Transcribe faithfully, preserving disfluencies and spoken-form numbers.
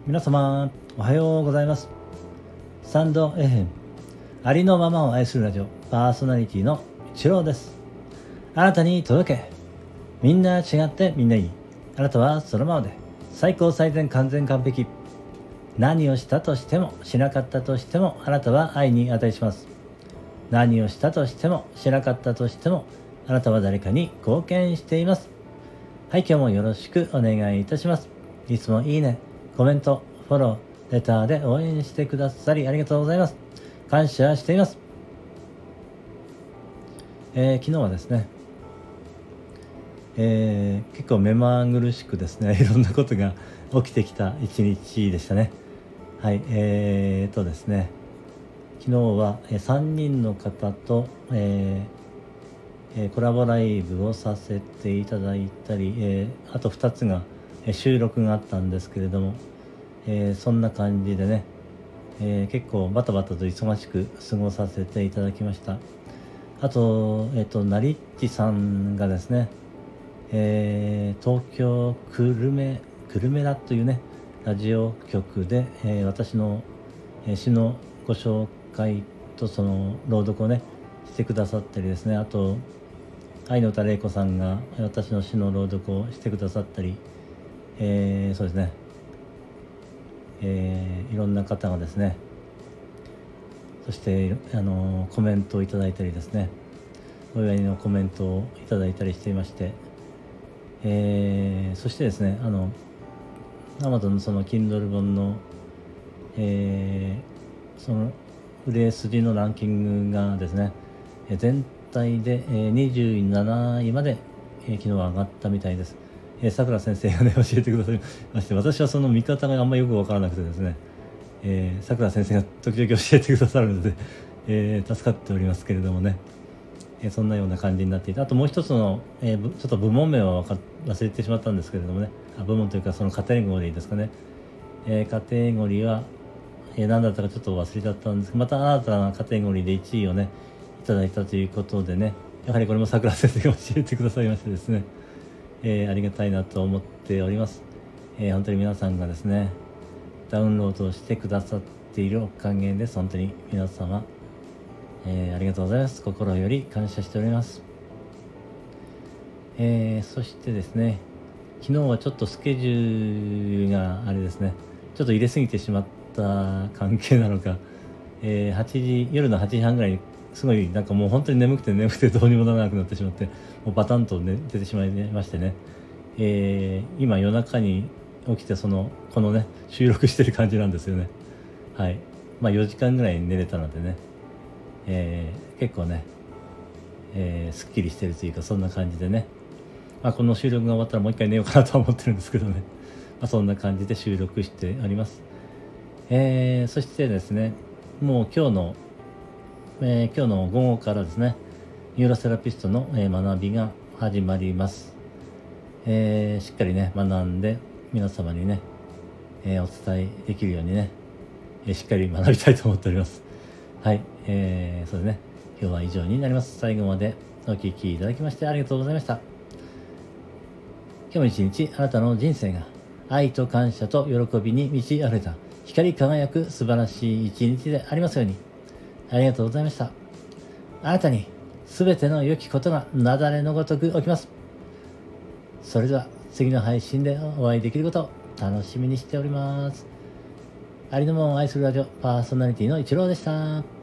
皆様おはようございます。スタンド エフエム ありのままを愛するラジオパーソナリティの一郎です。あなたに届け、みんな違ってみんないい、あなたはそのままで最高最善完全完璧。何をしたとしてもしなかったとしてもあなたは愛に値します。何をしたとしてもしなかったとしてもあなたは誰かに貢献しています。はい、今日もよろしくお願いいたします。いつもいいね、コメント、フォロー、レターで応援してくださりありがとうございます。感謝しています。えー、昨日はですね、えー、結構目まぐるしくですねいろんなことが起きてきた一日でしたね。はい、えーとですね昨日はさんにんの方と、えー、コラボライブをさせていただいたり、えー、あとふたつが収録があったんですけれども、えー、そんな感じでね、えー、結構バタバタと忙しく過ごさせていただきました。あと、えっと、なりっちさんがですね、えー、東京久留米、久留米だというね、ラジオ局で、えー、私の、えー、詩のご紹介とその朗読をね、してくださったりですね、あと、愛の歌玲子さんが私の詩の朗読をしてくださったり、えー、そうですね、えー、いろんな方がですね、そしてあのコメントをいただいたりですね、お祝いのコメントをいただいたりしていまして、えー、そしてですね、あの Amazon のその Kindle 本の、えー、その売れ筋のランキングがですね、全体でにじゅうなないまで昨日は上がったみたいです。さくら先生がね教えてくださいまして、私はその見方があんまりよく分からなくてですね、さくら先生が時々教えてくださるので、えー、助かっておりますけれどもね、えー、そんなような感じになっていて、あともう一つの、えー、ちょっと部門名は忘れてしまったんですけれどもね、あ部門というかそのカテゴリーですかね、えー、カテゴリーは、えー、何だったかちょっと忘れちゃったんですけど、また新たなカテゴリーでいちいをねいただいたということでね、やはりこれもさくら先生が教えてくださいましてですね、えー、ありがたいなと思っております。えー、本当に皆さんがですねダウンロードしてくださっているおかげです。本当に皆様、えー、ありがとうございます。心より感謝しております。えー、そしてですね、昨日はちょっとスケジュールがあれですね、ちょっと入れすぎてしまった関係なのか、えー、はちじ夜のはちじはんぐらいにすごいなんかもう本当に眠くて眠くてどうにもならなくなってしまって、もうバタンと、ね、出てしまいましてね、えー、今夜中に起きてそのこのね収録してる感じなんですよね。はい、まあよじかんぐらい寝れたのでね、えー、結構ね、えー、すっきりしてるというかそんな感じでね、まあ、この収録が終わったらもう一回寝ようかなとは思ってるんですけどね、まあ、そんな感じで収録しております。えー、そしてですね、もう今日の、えー、今日の午後からですね、ニューロセラピストの、えー、学びが始まります。えー、しっかりね学んで皆様にね、えー、お伝えできるようにね、えー、しっかり学びたいと思っております。はい、えー、そうですね、今日は以上になります。最後までお聞きいただきましてありがとうございました。今日も一日あなたの人生が愛と感謝と喜びに満ち溢れた光り輝く素晴らしい一日でありますように。ありがとうございました。あなたに全ての良きことが雪崩のごとく起きます。それでは次の配信でお会いできることを楽しみにしております。ありのままを愛するラジオパーソナリティの一郎でした。